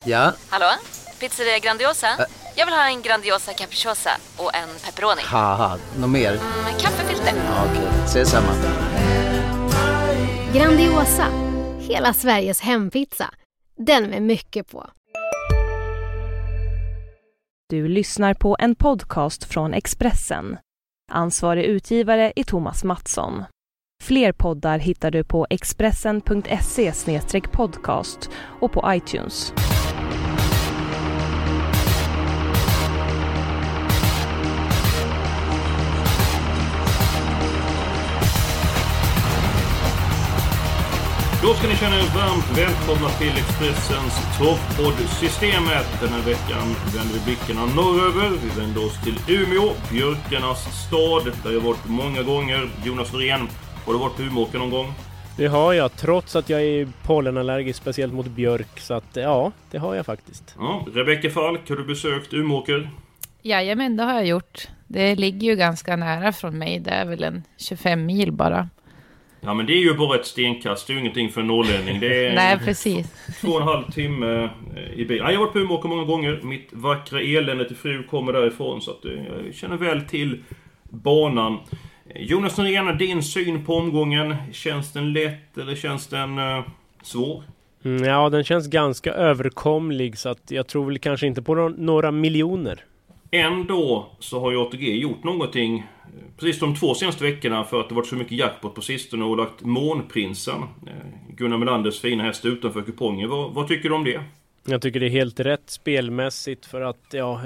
Ja? Hallå? Pizzeria Grandiosa? Jag vill ha en Grandiosa capriciosa och en pepperoni. Haha, något mer? Kaffefilter. Ja, okej, ses samma. Grandiosa, hela Sveriges hempizza. Den med mycket på. Du lyssnar på en podcast från Expressen. Ansvarig utgivare är Thomas Mattsson. Fler poddar hittar du på expressen.se/podcast och på iTunes. Då ska ni känna er varmt välkomna till Expressens topppodd-systemet. Den här veckan vänder vi blickarna norröver. Vi vänder oss till Umeå, björkarnas stad. Där jag varit många gånger. Jonas Norén, har du varit på Umeå någon gång? Det har jag, trots att jag är pollenallergisk, speciellt mot björk. Så att, ja, det har jag faktiskt. Ja, Rebecka Falk, har du besökt Umeåker? Jajamän, det har jag gjort. Det ligger ju ganska nära från mig. Det är väl en 25 mil bara. Ja, men det är ju bara ett stenkast. Det är ju ingenting för en norrlänning. Det är Nej, precis. 2,5 timme i bil. Ja, jag har varit på Umeå många gånger. Mitt vackra elände till fru kommer därifrån. Så att jag känner väl till banan. Jonas Norén, din syn på omgången. Känns den lätt eller känns den svår? Ja, den känns ganska överkomlig. Så att jag tror väl kanske inte på några miljoner. Ändå så har ju ATG gjort någonting precis de 2 senaste veckorna för att det varit så mycket jackpot på sistone och lagt Månprinsen, Gunnar Melanders fina häst, utanför kupongen. Vad tycker du om det? Jag tycker det är helt rätt spelmässigt för att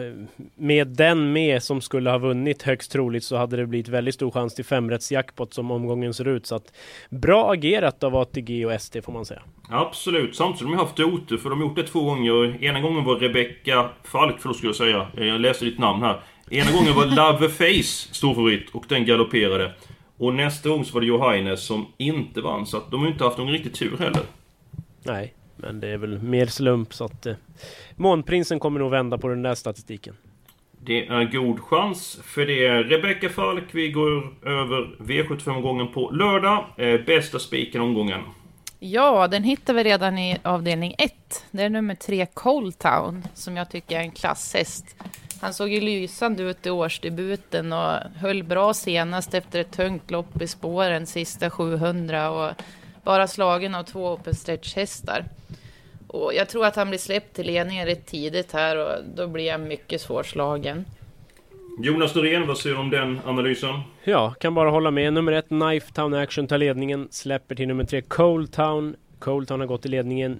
med den med som skulle ha vunnit högst troligt så hade det blivit väldigt stor chans till 5-rätts jackpot som omgången ser ut. Så att bra agerat av ATG och ST får man säga. Absolut, samtidigt har de haft otur för de har gjort det 2 gånger. Ena gången var Rebecka Falk, för då skulle jag säga. Jag läser ditt namn här. Ena gången var Loveface storfavorit och den galopperade. Och nästa gång så var det Johannes som inte vann, så att de har inte haft någon riktigt tur heller. Nej, men det är väl mer slump så att Månprinsen kommer nog vända på den där statistiken. Det är god chans för det. Rebecka Falk, vi går över V75-gången på lördag. Bästa spiken omgången. Ja, den hittar vi redan i avdelning 1. Det är nummer 3 Cold Town som jag tycker är en klasshäst. Han såg ju lysande ut i årsdebuten och höll bra senast efter ett tungt lopp i spåren sista 700 och bara slagen av 2 open stretch-hästar. Och jag tror att han blir släppt till ledningen rätt tidigt här och då blir jag mycket svårslagen. Jonas Norén, vad säger du om den analysen? Ja, kan bara hålla med. Nummer 1 Knife Town Action tar ledningen, släpper till nummer 3 Cold Town. Cold Town har gått i ledningen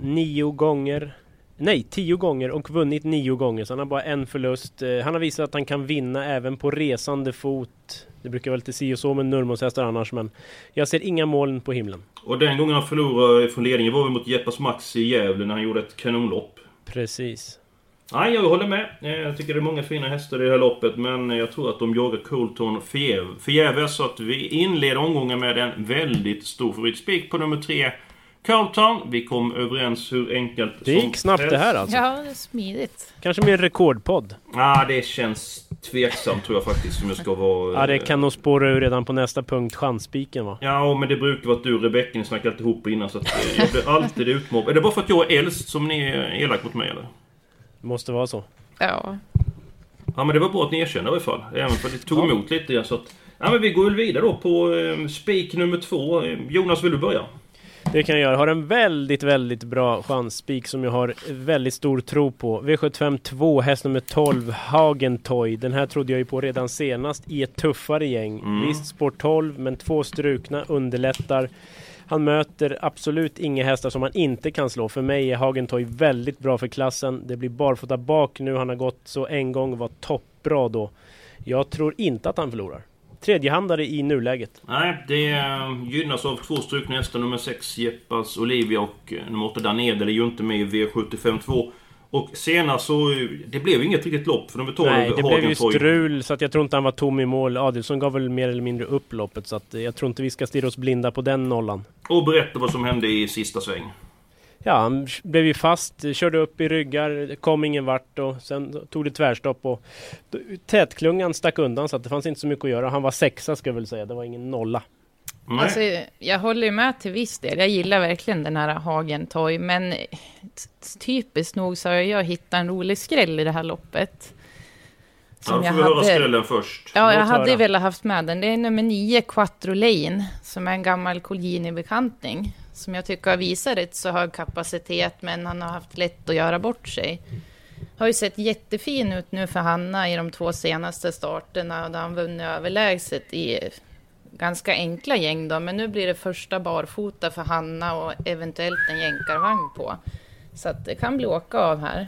10 gånger och vunnit 9 gånger. Så han har bara en förlust. Han har visat att han kan vinna även på resande fot. Det brukar väl till si och så med Nurmos-hästar annars, men jag ser inga moln på himlen. Och den gången han förlorade från ledningen var vi mot Jeppas Max i Gävle när han gjorde ett kanonlopp. Precis. Nej, jag håller med. Jag tycker det är många fina hästar i det här loppet, men jag tror att de jagar Colton förgäves, så att vi inleder omgången med en väldigt stor favoritspik på nummer 3 Carlton. Vi kom överens hur enkelt det gick snabbt helst. Det här alltså. Ja, det är smidigt. Kanske mer rekordpodd. Det känns tveksamt tror jag faktiskt som jag ska vara. Ja, det kan nog spåra ur redan på nästa punkt, chansspiken va? Ja, men det brukar vara att du och Rebecka ni snackar alltid ihop innan så att jag blir alltid utmobb. Är det bara för att jag är äldst som ni är elak mot mig eller? Det måste vara så. Ja. Ja, men det var bra att ni erkände i alla fall. Även för det tog emot lite så att. Ja, men vi går väl vidare då på spik nummer 2. Jonas, vill du börja? Det kan jag göra. Har en väldigt, väldigt bra chansspik som jag har väldigt stor tro på. V75 2, häst nummer 12, Hagentoy. Den här trodde jag ju på redan senast i ett tuffare gäng. Visst, sport 12, men 2 strukna underlättar. Han möter absolut inga hästar som han inte kan slå. För mig är Hagentoy väldigt bra för klassen. Det blir barfota bak nu. Han har gått så en gång, var toppbra då. Jag tror inte att han förlorar. Tredjehandare i nuläget. Nej, det gynnas av 2 strukna hästar. Nummer 6 Jeppas Olivia och nummer 8 Danedel är ju inte med i V75-2. Och senast så, det blev inget riktigt lopp för nummer 12. Nej, det blev ju strul så att jag tror inte han var tom i mål. Adelsson gav väl mer eller mindre upp loppet så att jag tror inte vi ska stirra oss blinda på den nollan. Och berätta vad som hände i sista sväng. Ja, han blev ju fast, körde upp i ryggar, kom ingen vart och sen tog det tvärstopp och tätklungan stack undan så att det fanns inte så mycket att göra. Han var 6 ska jag väl säga, det var ingen nolla. Alltså, jag håller ju med till viss del. Jag gillar verkligen den här Hagentoy. Men typiskt nog så har jag hittat en rolig skräll i det här loppet. Som får vi höra skrällen först. Ja, jag hade ju velat haft med den. Det är nummer 9, Quattro Lane, som är en gammal Colgjini-bekantning. Som jag tycker har visat rätt så hög kapacitet, men han har haft lätt att göra bort sig. Har ju sett jättefin ut nu för Hanna i de 2 senaste starterna. Där han vunnit överlägset i ganska enkla gäng då. Men nu blir det första barfota för Hanna och eventuellt en jänkarvagn på. Så att det kan bli åka av här.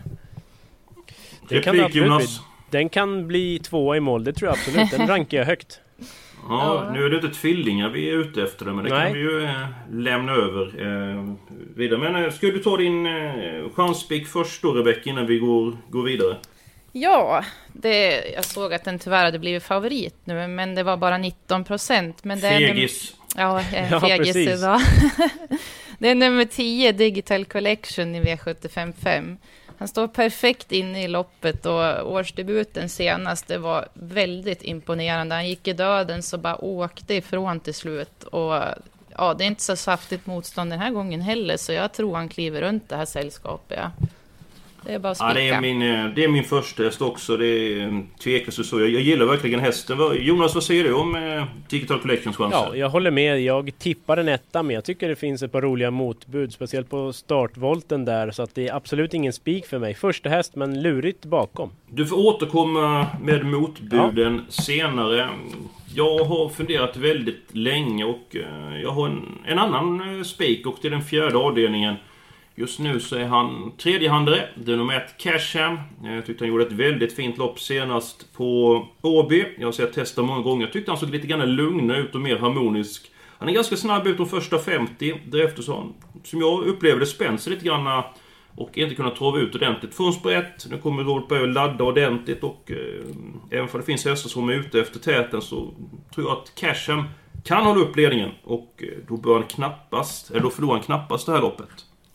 Det kan absolut. Den kan bli 2 i mål, det tror jag absolut. Den rankar jag högt. Ja, nu är det inte tvillingar vi är ute efter det, men det kan vi ju lämna över vidare. Men ska du ta din chanspik först då, Rebecka, innan vi går vidare? Ja, jag såg att den tyvärr hade blivit favorit nu, men det var bara 19%. Men det fegis. Fegis idag. Det är nummer 10, Digital Collection i V75-5. Han står perfekt inne i loppet och årsdebuten senast, det var väldigt imponerande. Han gick i döden så bara åkte ifrån till slut. Och ja, det är inte så saftigt motstånd den här gången heller, så jag tror han kliver runt det här sällskapet. Ja. Det är bara att spika. Ja, det är min första häst också. Det är tveklöst så. Jag gillar verkligen hästen. Jonas, vad säger du om Digital Collections chanser? Ja, jag håller med. Jag tippar en etta, men jag tycker det finns ett par roliga motbud. Speciellt på startvolten där. Så att det är absolut ingen spik för mig. Första häst, men lurigt bakom. Du får återkomma med motbuden senare. Jag har funderat väldigt länge och jag har en annan spik, och till den 4:e avdelningen. Just nu så är han tredjehandare. Det är nummer 1, Casham. Jag tyckte han gjorde ett väldigt fint lopp senast på Åby. Jag har sett testa många gånger. Jag tyckte han såg lite grann lugnare ut och mer harmonisk. Han är ganska snabb ut de första 50. Därefter så han, som jag upplevde, spänns lite grann och inte kunna trova ut ordentligt. Från sprätt. Nu kommer Robert Berg att ladda ordentligt, och även för det finns hästar som är ute efter täten, så tror jag att Casham kan hålla upp ledningen, och då förlorar han knappast det här loppet.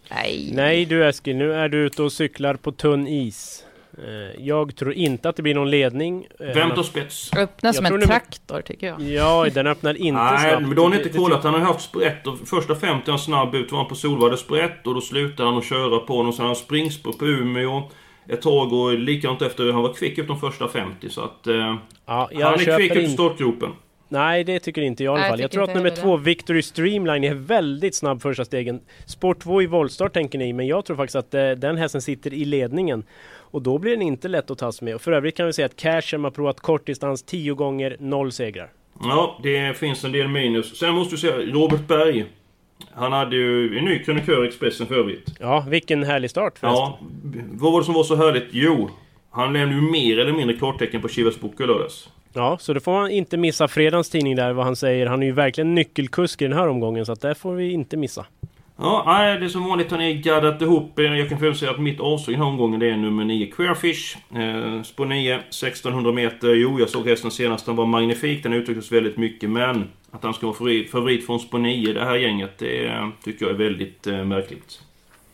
Nej du Eskil, nu är du ute och cyklar på tunn is. Jag tror inte att det blir någon ledning. Vänt och spets. Öppnar som en traktor, tycker jag. Ja, den öppnar inte snabbt. Nej, men då har han inte kollat. Han har haft sprätt, och första 50 han snabb ut var han på Solvalla sprätt, och då slutade han att köra på honom. Så han springspår på Umeå ett tag, och likadant efter han var kvick ut de första 50. Så att han är kvick ut startgropen. Nej, det tycker inte jag i alla fall. Jag tror att nummer 2, Victory Streamline, är väldigt snabb första stegen. Sport 2 i voltstart tänker ni, men jag tror faktiskt att den hästen sitter i ledningen. Och då blir den inte lätt att tas med. Och för övrigt kan vi säga att Casham har provat kortdistans 10 gånger, 0 segrar. Ja, det finns en del minus. Sen måste du säga, Robert Berg. Han hade ju en ny krönikör i Expressen för övrigt. Ja, vilken härlig start förresten. Ja, vad var det som var så härligt? Jo, han lämnade ju mer eller mindre klartecken på Chivas bok i lördags. Ja, så då får man inte missa fredagens tidning där, vad han säger. Han är ju verkligen nyckelkusk i den här omgången, så att det får vi inte missa. Ja, det är som vanligt, han är gaddat ihop. Jag kan få säga att mitt avslut i den här omgången, det är nummer 9, Queerfish. Spår 9, 1600 meter. Jo, jag såg hästen senast, den var magnifik. Den uttrycktes väldigt mycket, men att han ska vara favorit från spår 9, det här gänget, det tycker jag är väldigt märkligt.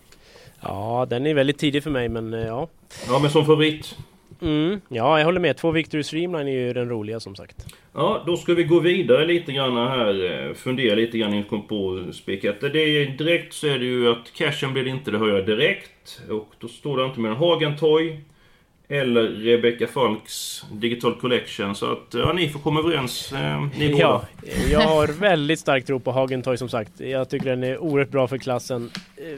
Ja, den är väldigt tidig för mig, men ja. Ja, men som favorit. Ja, jag håller med. 2 Victory Streamline är ju den roliga, som sagt. Ja, då ska vi gå vidare lite grann här. Fundera lite grann på spiket. Det är direkt, så är det ju att Cashen blir inte, det hör jag direkt. Och då står det inte med en Hagentoy eller Rebecca Falks Digital Collection. Så att ni får komma överens, ni båda. Ja, jag har väldigt stark tro på Hagentoy, som sagt. Jag tycker den är oerhört bra för klassen.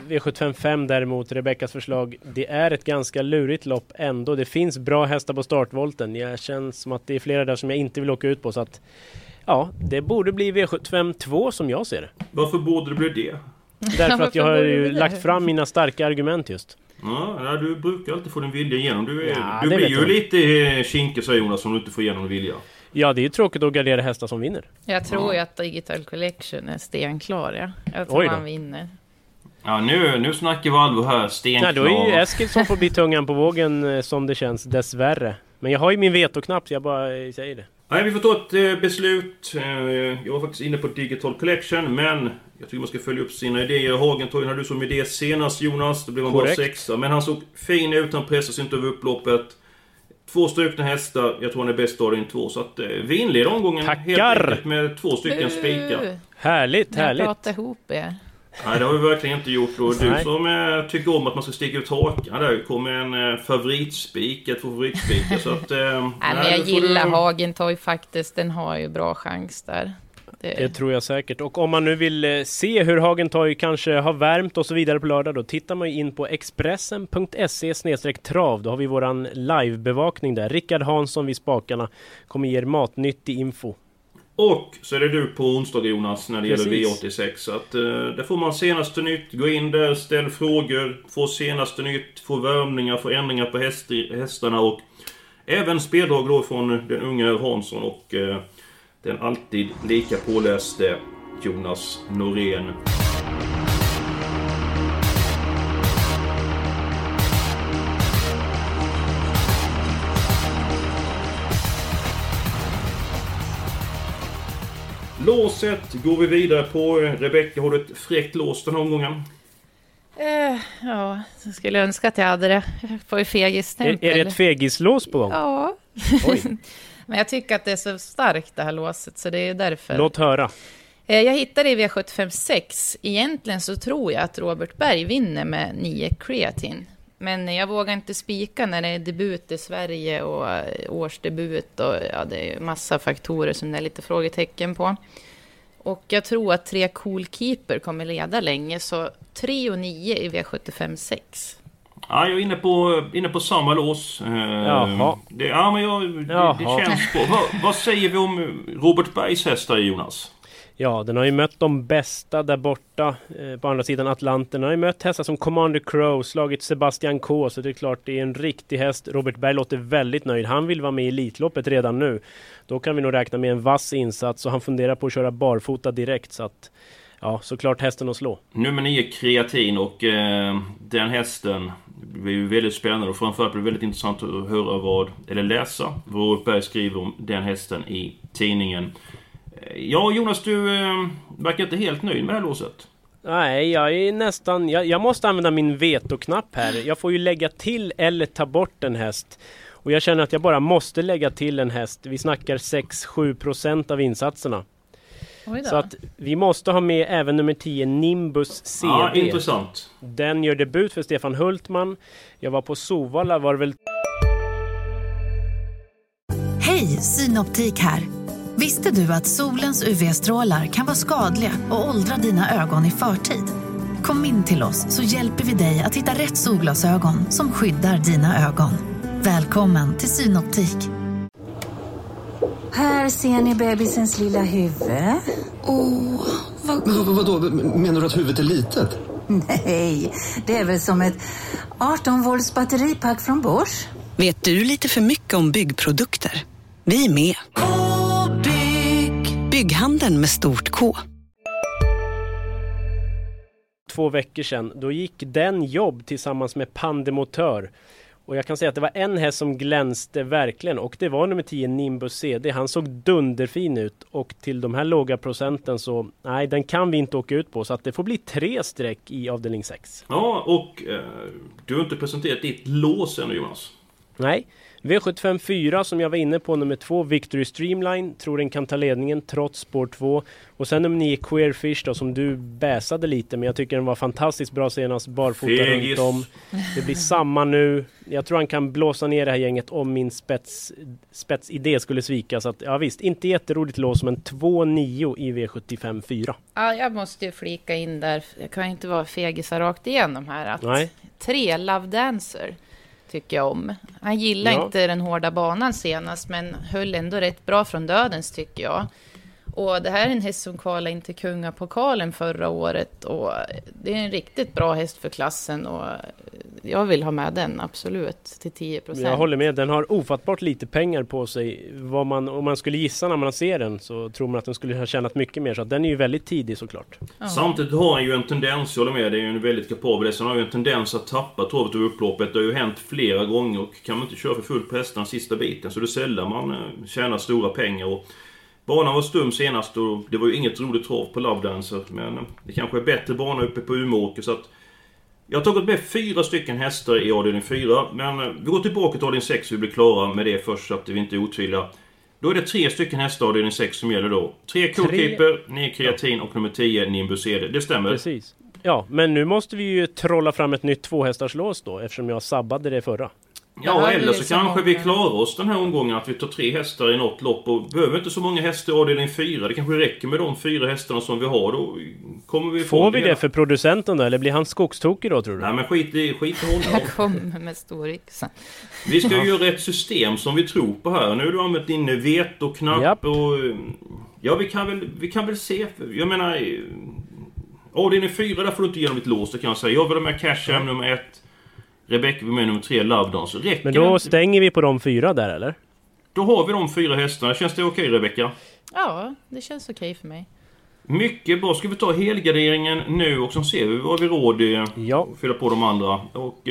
V75 däremot, Rebeccas förslag, det är ett ganska lurigt lopp ändå. Det finns bra hästar på startvolten. Jag känns som att det är flera där som jag inte vill åka ut på. Så att, ja, det borde bli V75 2 som jag ser det. Varför borde det bli det? Därför att jag har ju lagt fram mina starka argument just. Ja, du brukar alltid få din vilja igenom. Du blir ju lite kinkig, säger Jonas, om du inte får igenom din vilja. Ja, det är ju tråkigt att gardera hästar som vinner. Jag tror ju att Digital Collection är stenklar, ja. Jag tror han vinner. Ja, nu snackar vi allvar här, stenklar. Nej, då är ju Eskil som får bli tungan på vågen, som det känns, dessvärre. Men jag har ju min vetoknapp, så jag bara säger det. Nej, vi får ta ett beslut. Jag var faktiskt inne på Digital Collection, men jag tycker man ska följa upp sina idéer. Hagentoy hade du som idé senast, Jonas. Då blev han bara 6. Men han såg fin ut, han pressade sig inte över upploppet. 2 strukna hästar. Jag tror han är bäst av din 2. Så att vi inleder omgången helt enkelt med 2 stycken spikar. Härligt. Jag pratar ihop er. Nej, det har vi verkligen inte gjort. Och du som tycker om att man ska sticka ut hakan där kommer en favoritspik, 2 favoritspikar. Så att, men jag gillar Hagentoy faktiskt. Den har ju bra chans där. Det tror jag säkert. Och om man nu vill se hur Hagentoy kanske har värmt och så vidare på lördag, då tittar man in på expressen.se/trav. Då har vi våran livebevakning där. Rickard Hansson vid spakarna kommer ge er matnyttig info. Och så är det du på onsdag, Jonas, när det gäller V86. Så att där får man senaste nytt. Gå in där, ställ frågor, få senaste nytt, få värmningar, få ändringar på hästarna och även speldrag då från den unga Hansson och den alltid lika påläste Jonas Norén. Låset går vi vidare på. Rebecka, har du ett fräckt lås den här omgången? Ja, jag skulle önska att jag hade det. Jag får ju fegisstämpel. Är det ett fegislås på gång? Ja. Men jag tycker att det är så starkt det här låset, så det är därför. Låt höra. Jag hittade i V756. Egentligen så tror jag att Robert Berg vinner med 9 kreatin. Men jag vågar inte spika när det är debut i Sverige och årsdebut. Och ja, det är massa faktorer som det är lite frågetecken på. Och jag tror att 3 Coolkeeper kommer leda länge. Så 3 och 9 i V75-6. Ja, jag är inne på samma lås. Jaha. Det känns på. Vad säger vi om Robert Bergs hästar, Jonas? Ja, den har ju mött de bästa där borta på andra sidan Atlanten. Den har ju mött hästar som Commander Crow, slagit Sebastian K. Så det är klart, det är en riktig häst. Robert Berg låter väldigt nöjd. Han vill vara med i Elitloppet redan nu. Då kan vi nog räkna med en vass insats. Och han funderar på att köra barfota direkt. Så att, ja, såklart hästen att slå. Nummer 9 kreatin och den hästen blir ju väldigt spännande. Och framförallt blir det väldigt intressant att höra läsa vad Robert Berg skriver om den hästen i tidningen. Ja, Jonas, du verkar inte helt nöjd med det här låset. Nej, jag är nästan... Jag måste använda min vetoknapp här. Jag får ju lägga till eller ta bort en häst. Och jag känner att jag bara måste lägga till en häst. Vi snackar 6-7% av insatserna. Så att vi måste ha med även nummer 10, Nimbus CD. Ja, intressant. Den gör debut för Stefan Hultman. Jag var på Sovalla, var det väl... Hej, Synoptik här. Visste du att solens UV-strålar kan vara skadliga och åldra dina ögon i förtid? Kom in till oss så hjälper vi dig att hitta rätt solglasögon som skyddar dina ögon. Välkommen till Synoptik. Här ser ni bebisens lilla huvud. Vadå? Menar du att huvudet är litet? Nej, det är väl som ett 18-volts batteripack från Bosch. Vet du lite för mycket om byggprodukter? Vi är med. Bygghandeln med stort K. 2 veckor sedan, då gick den jobb tillsammans med Pandemotör. Och jag kan säga att det var en häst som glänste verkligen. Och det var nummer 10, Nimbus CD. Han såg dunderfin ut. Och till de här låga procenten så... Nej, den kan vi inte åka ut på. Så att det får bli 3 streck i avdelning 6. Ja, och du har inte presenterat ditt lås ännu, Jonas. Nej. V75-4 som jag var inne på, nummer 2 Victory Streamline, tror den kan ta ledningen trots spår 2. Och sen nummer 9 Queerfish då, som du bäsade lite, men jag tycker den var fantastiskt bra senast, barfota runt om. Det blir samma nu. Jag tror han kan blåsa ner det här gänget om min spetsidé skulle svika. Så att, ja visst, inte jätteroligt lås, men 2-9 i V75-4. Ja, jag måste ju flika in där. Jag kan inte vara fegisar rakt igenom här. Att Nej. 3 Love Dancer tycker jag om. Han gillar inte den hårda banan senast, men höll ändå rätt bra från dödens tycker jag. Och det här är en häst som kvalade in till Kungapokalen förra året och det är en riktigt bra häst för klassen och jag vill ha med den absolut till 10%. Jag håller med, den har ofattbart lite pengar på sig. Om man skulle gissa när man ser den så tror man att den skulle ha tjänat mycket mer, så att den är ju väldigt tidig såklart. Samtidigt har han ju en tendens, jag håller med, det är ju en väldigt kapabel. Sen har ju en tendens att tappa travet och upploppet. Det har ju hänt flera gånger och kan man inte köra för fullt på hästarna sista biten så det är sällan man tjänar stora pengar. Och banan var stum senast och det var ju inget roligt trav på Love Dancer, men det kanske är bättre bana uppe på Umeåker, så att Jag har tagit med 4 stycken hästar i avdelning 4. Men vi går tillbaka till avdelning 6. Vi blir klara med det först så att vi inte är otvilliga. Då är det 3 stycken hästar i avdelning 6 som gäller då. 3 Coolkeeper, 9 Kreatin och nummer 10 Nimbus CD. Det stämmer. Precis. Ja, men nu måste vi ju trolla fram ett nytt 2-hästarslås då, eftersom jag sabbade det förra. Ja, eller så kanske vi klarar oss den här omgången att vi tar 3 hästar i något lopp och behöver inte så många hästar i avdelning 4. Det kanske räcker med de 4 hästarna som vi har. Då kommer vi Får vi det för producenten då? Eller blir han skogstokig då, tror du? Nej, men skit i honom. Jag kommer med stor yxa. Vi ska ju göra ett system som vi tror på här. Nu har du använt din veto-knapp och... Ja, vi kan väl se. Jag menar... Avdelning 4, där får du inte igenom ett lås, det kan jag säga. Jag vill ha med Casham nummer 1. Rebecca med nummer 3, Love Dance. Men då stänger vi på de 4 där, eller? Då har vi de 4 hästarna. Känns det okej, Rebecca? Ja, det känns okej för mig. Mycket bra. Ska vi ta helgarderingen nu och så ser vi vad vi råd fylla på de andra. Och,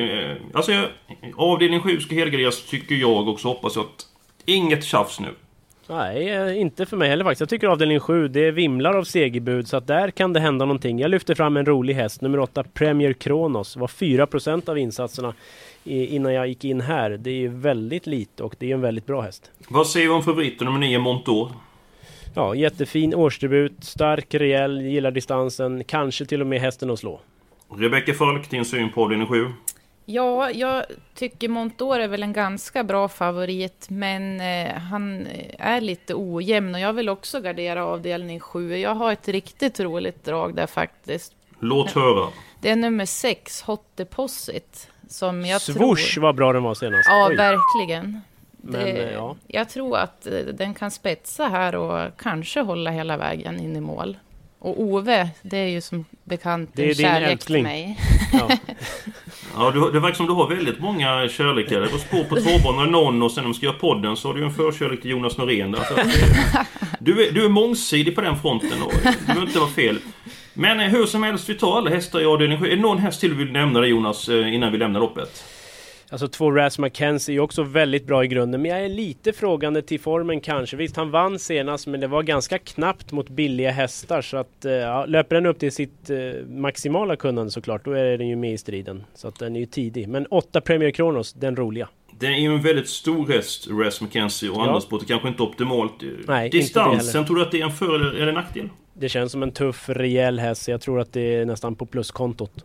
avdelning 7 ska helgarderas, tycker jag också. Hoppas jag att inget tjafs nu. Nej, inte för mig heller faktiskt. Jag tycker avdelning 7, det vimlar av segerbud, så att där kan det hända någonting. Jag lyfter fram en rolig häst, nummer 8 Premier Kronos. Var 4% av insatserna innan jag gick in här. Det är ju väldigt lite och det är en väldigt bra häst. Vad säger vi om favoriten nummer 9 Montour? Ja, jättefin årsdebut, stark, rejäl, gillar distansen, kanske till och med hästen att slå. Rebecca Falk, din syn på avdelning 7? Ja, jag tycker Montour är väl en ganska bra favorit, men han är lite ojämn och jag vill också gardera avdelning 7. Jag har ett riktigt roligt drag där faktiskt. Låt höra. Det är nummer 6, Hot Deposit, som jag Swoosh var bra den var senast. Ja, Oj. verkligen. Ja. Jag tror att den kan spetsa här och kanske hålla hela vägen in i mål. Och Ove, det är ju som bekant en kärlek till mig. Ja. Ja, det verkar som du har väldigt många kärlekar. Det var spår på tvåbanan någon och sen när de ska göra podden så har du en förkärlek till Jonas Norén. Du är mångsidig på den fronten och du behöver inte vara fel. Men hur som helst, vi tar alla hästar i avdelning 7. Är det någon häst till du vill nämna dig, Jonas, innan vi lämnar loppet? Alltså 2 Ras Mackenzie är också väldigt bra i grunden, men jag är lite frågande till formen kanske. Visst, han vann senast, men det var ganska knappt mot billiga hästar, så att löper den upp till sitt maximala kunnande såklart, då är den ju med i striden. Så att den är ju tidig. Men 8 Premier Kronos, den roliga. Det är ju en väldigt stor häst, Ras Mackenzie, och andra sport är kanske inte optimalt. Nej, distansen, tror du att det är en för- eller nackdel? Det känns som en tuff, rejäl häst, så jag tror att det är nästan på pluskontot.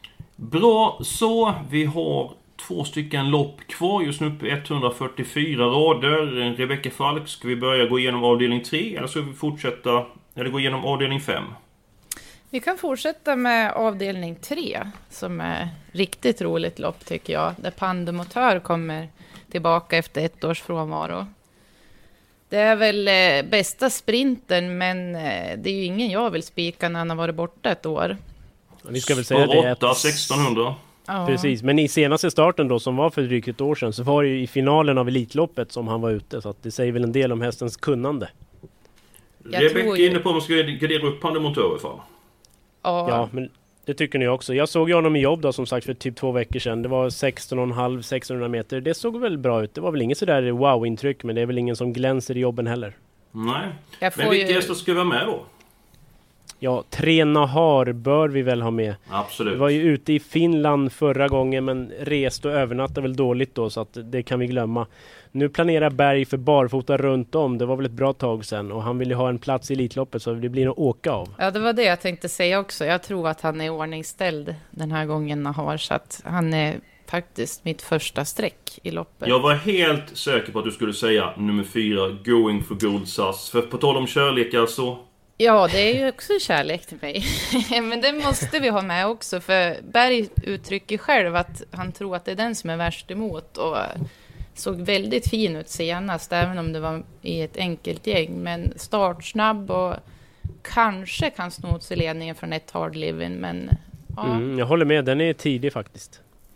Bra, så vi har 2 stycken lopp kvar just nu på 144 rader. Rebecca Falk, ska vi börja gå igenom avdelning 3 eller ska vi fortsätta eller gå igenom avdelning 5? Vi kan fortsätta med avdelning 3 som är riktigt roligt lopp tycker jag. Där Pandemotör kommer tillbaka efter 1 års frånvaro. Det är väl bästa sprinten, men det är ju ingen jag vill spika när han har varit borta ett år. Vi ska väl säga det. 1600. Ja. Precis, men i senaste starten då som var för drygt ett år sedan så var det ju i finalen av Elitloppet som han var ute, så att det säger väl en del om hästens kunnande. Rebecca är inne på om man ska gardera upp Pandemotör i alla fall. Ja, men det tycker ni också. Jag såg ju honom i jobb då som sagt för typ 2 veckor sedan. Det var 16,5-1600 meter. Det såg väl bra ut. Det var väl inget sådär wow-intryck, men det är väl ingen som glänser i jobben heller. Nej, men vilka hästar ska vara med då? Ja, 3 Nahar bör vi väl ha med. Absolut. Vi var ju ute i Finland förra gången, men reste och övernattade väl dåligt då, så att det kan vi glömma. Nu planerar Berg för barfota runt om. Det var väl ett bra tag sedan och han vill ju ha en plats i Elitloppet, så det blir nog åka av. Ja, det var det jag tänkte säga också. Jag tror att han är ordningställd den här gången Nahar, så att han är faktiskt mitt första streck i loppet. Jag var helt säker på att du skulle säga nummer 4, Going for Gold Sass. För på tal om kärlek alltså. Ja, det är ju också kärlek till mig. Men det måste vi ha med också. För Berg uttrycker själv att han tror att det är den som är värst emot. Och såg väldigt fin ut senast, även om det var i ett enkelt gäng. Men startsnabb och kanske kan sno åt sig ledningen från ett Hard Living. Men ja. Jag håller med, den är tidig faktiskt.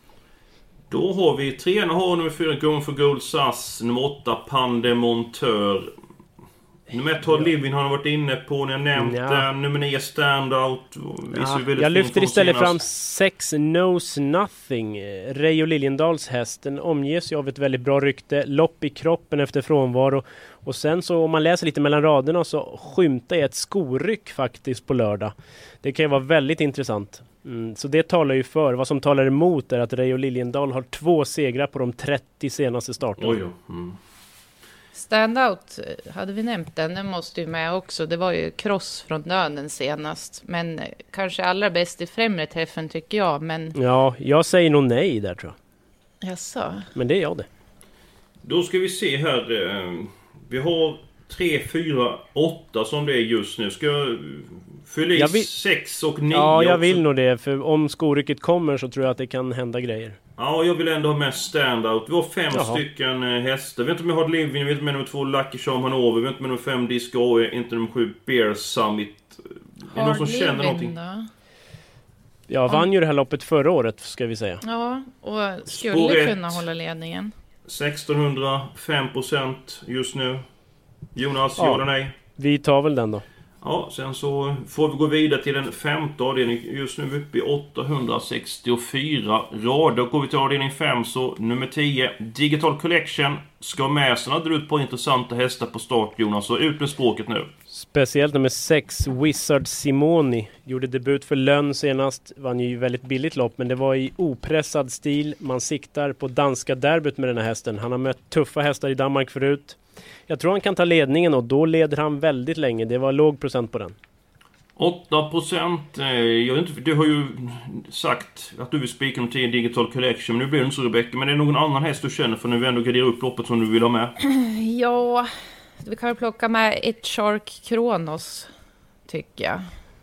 Då har vi 3 har nummer 4, Going for Gold Sass. Nummer 8, Pandemotör. Nummer 1 har Living har varit inne på, ni har nämnt den. Nummer 9 Standout. Jag lyfter istället fram 6 Knows Nothing. Reijo Liljendals häst. Den omges ju av ett väldigt bra rykte. Lopp i kroppen efter frånvaro. Och sen så om man läser lite mellan raderna så skymtar ett skoryck faktiskt på lördag. Det kan ju vara väldigt intressant. Så det talar ju för. Vad som talar emot är att Reijo Liljendahl har 2 segrar på de 30 senaste starterna. Oj. Standout, hade vi nämnt den måste ju med också. Det var ju cross från döden senast. Men kanske allra bäst i främre träffen tycker jag. Men... Ja, jag säger nog nej där tror jag. Jaså? Men det är jag det. Då ska vi se här. Vi har 3, 4, 8 som det är just nu. Ska jag fylla i 6 och 9? Ja, jag också? vill nog det. För om skorycket kommer så tror jag att det kan hända grejer. Ja, jag vill ändå ha med standout. Vi har 5 stycken hästar. Vi vet inte om jag har Living, vi vet inte med nummer 2 Lucky Charm Hanover, vi vet inte med nummer 5 Disco, inte nummer 7 Bear Summit. Är det någon som känner någonting? Då? Jag vann ju det här loppet förra året, ska vi säga. Ja, och skulle kunna hålla ledningen. 1600, 5% just nu. Jonas, ja eller nej? Vi tar väl den då. Ja, sen så får vi gå vidare till den 5:e avdelningen. Just nu är vi uppe i 864 rader. Går vi till avdelning 5 så nummer 10 Digital Collection ska med. Sen hade du ett par intressanta hästar på start, Jonas. Så ut med språket nu. Speciellt nummer 6 Wizard Simoni. Gjorde debut för Lönn senast. Vann ju väldigt billigt lopp, men det var i opressad stil. Man siktar på danska derbyt med den här hästen. Han har mött tuffa hästar i Danmark förut. Jag tror han kan ta ledningen och då leder han väldigt länge. Det var låg procent på den. 8%. Jag vet inte, du har ju sagt att du vill spika om 10 Digital Collection. Men nu blir det inte så, Rebecca. Men är det någon annan häst du känner för nu vi ändå garderar upp loppet som du vill ha med? Ja, vi kan plocka med ett Shark Kronos, tycker jag.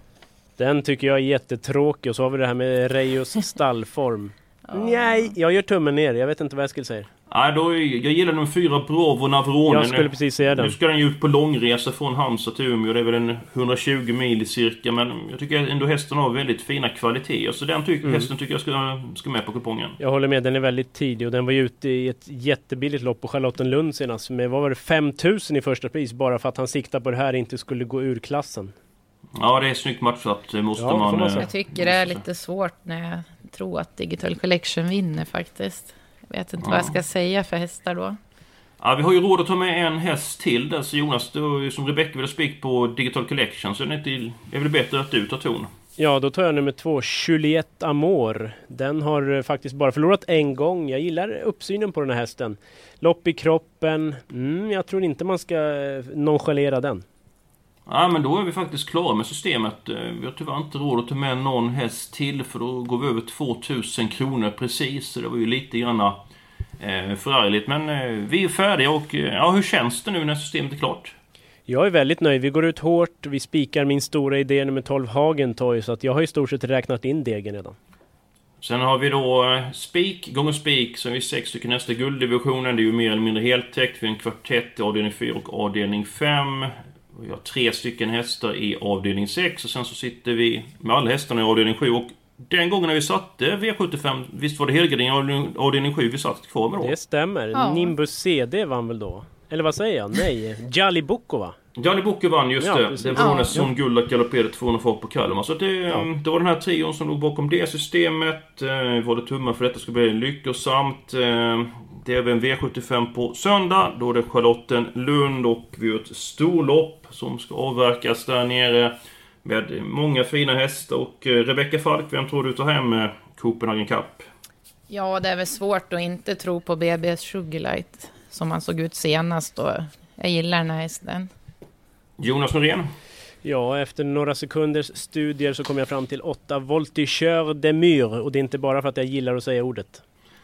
Den tycker jag är jättetråkig. Och så har vi det här med Reijos stallform. Nej, jag gör tummen ner. Jag vet inte vad Eskil säger. Nej, jag gillar nummer 4 Bravo Navrone. Jag skulle precis säga den. Nu ska den ju ut på långresa från Halmstad till Umeå. Det är väl en 120 mil cirka. Men jag tycker ändå hästen har väldigt fina kvaliteter. Så den hästen tycker jag ska med på kupongen. Jag håller med, den är väldigt tidig. Och den var ju ute i ett jättebilligt lopp på Charlottenlund senast. Men vad var det? 5000 i första pris. Bara för att han siktar på det här inte skulle gå ur klassen. Ja, det är snyggt matchat. Måste man... Jag tycker det är lite svårt när jag tror att Digital Collection vinner faktiskt. Jag vet inte vad jag ska säga för hästar då. Ja, vi har ju råd att ta med en häst till där. Så Jonas, då, som Rebecca vill spik på Digital Collection, så är det väl bättre att du tar ton. Ja, då tar jag nummer 2, Juliette Amor. Den har faktiskt bara förlorat en gång. Jag gillar uppsynen på den här hästen. Lopp i kroppen. Jag tror inte man ska nonchalera den. Ja, men då är vi faktiskt klara med systemet. Vi har tyvärr inte råd att ta med någon häst till, för då går vi över 2000 kronor precis. Så det var ju lite grann förargligt. Men vi är färdiga och ja, hur känns det nu när systemet är klart? Jag är väldigt nöjd. Vi går ut hårt. Vi spikar min stora idé nummer 12 Hagentoy. Så att jag har i stort sett räknat in degen redan. Sen har vi då spik gånger spik. Så är vi 6 stycken nästa gulddivisionen. Det är ju mer eller mindre heltäckt. Vi har en kvartett i avdelning 4 och avdelning 5. Vi har 3 stycken hästar i avdelning 6. Och sen så sitter vi med alla hästarna i avdelning 7. Och den gången när vi satte V75, visst var det helgardering i avdelning 7 vi satt kvar med då? Det stämmer. Ja. Nimbus CD vann väl då? Eller vad säger jag? Nej, Jali Boko va? Jali Boko vann just det. Det var hennes som guld att galopperade 200 fart på Kalmar. Så det var den här trion som låg bakom det systemet. Var det tummar för detta ska bli lyckosamt. Det är även V75 på söndag. Då är det Charlottenlund och vi har ett storlopp som ska avverkas där nere. Med många fina hästar. Och Rebecca Falk, vem tror du tar hem Copenhagen Cup? Ja, det är väl svårt att inte tro på BB's Sugarlight som han såg ut senast. Och jag gillar den här hästen. Jonas Norén? Ja, efter några sekunders studier så kom jag fram till 8 Voltigeur de Mur. Och det är inte bara för att jag gillar att säga ordet.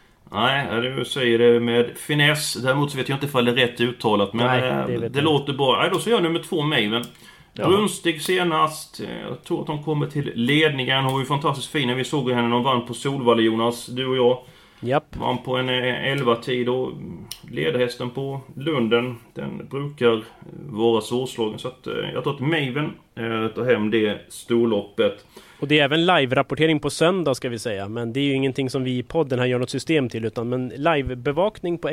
Nej, du säger det med finess. Däremot så vet jag inte ifall det är rätt uttalat. Men det låter bra. Då så jag nummer 2 Maven. Brunstig senast. Jag tror att de kommer till ledningen. Hon var ju fantastiskt fin när vi såg henne när hon vann på Solvalla, Jonas. Du och jag. Japp. Vann på en 11-tid och ledarhästen på Lunden. Den brukar vara svårslagen. Så att jag tror att Maven tar hem det storloppet. Och det är även live-rapportering på söndag ska vi säga. Men det är ju ingenting som vi i podden här gör något system till. Men live-bevakning på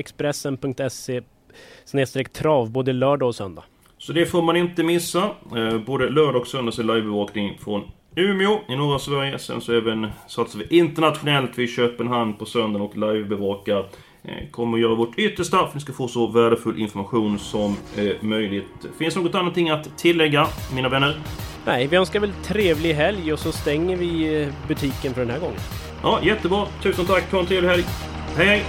Expressen.se/trav både lördag och söndag. Så det får man inte missa. Både lördag och söndag så är livebevakning från Umeå i norra Sverige. Sen så även satsar vi internationellt vid Köpenhamn på söndag och livebevakar. Kommer att göra vårt yttersta för att ni ska få så värdefull information som möjligt. Finns något annat att tillägga, mina vänner? Nej, vi önskar väl trevlig helg och så stänger vi butiken för den här gången. Ja, jättebra. Tusen tack. Ha en trevlig helg. Hej, hej!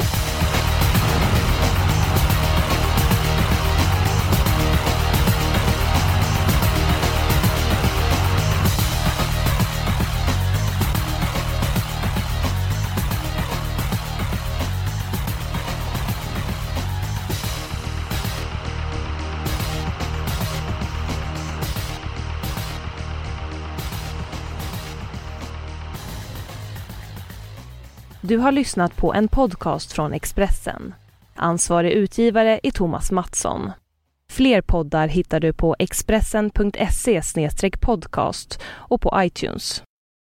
Du har lyssnat på en podcast från Expressen. Ansvarig utgivare är Thomas Mattsson. Fler poddar hittar du på expressen.se/podcast och på iTunes.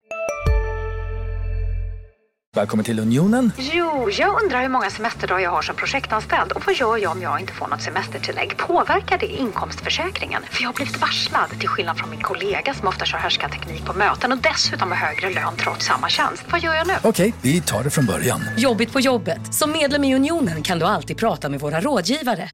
Välkommen till Unionen. Jo, jag undrar hur många semesterdagar jag har som projektanställd och vad gör jag om jag inte får något semestertillägg? Påverkar det inkomstförsäkringen? För jag har blivit varslad, till skillnad från min kollega som ofta kör härskarteknik på möten och dessutom har högre lön trots samma tjänst. Vad gör jag nu? Okej, vi tar det från början. Jobbigt på jobbet. Som medlem i Unionen kan du alltid prata med våra rådgivare.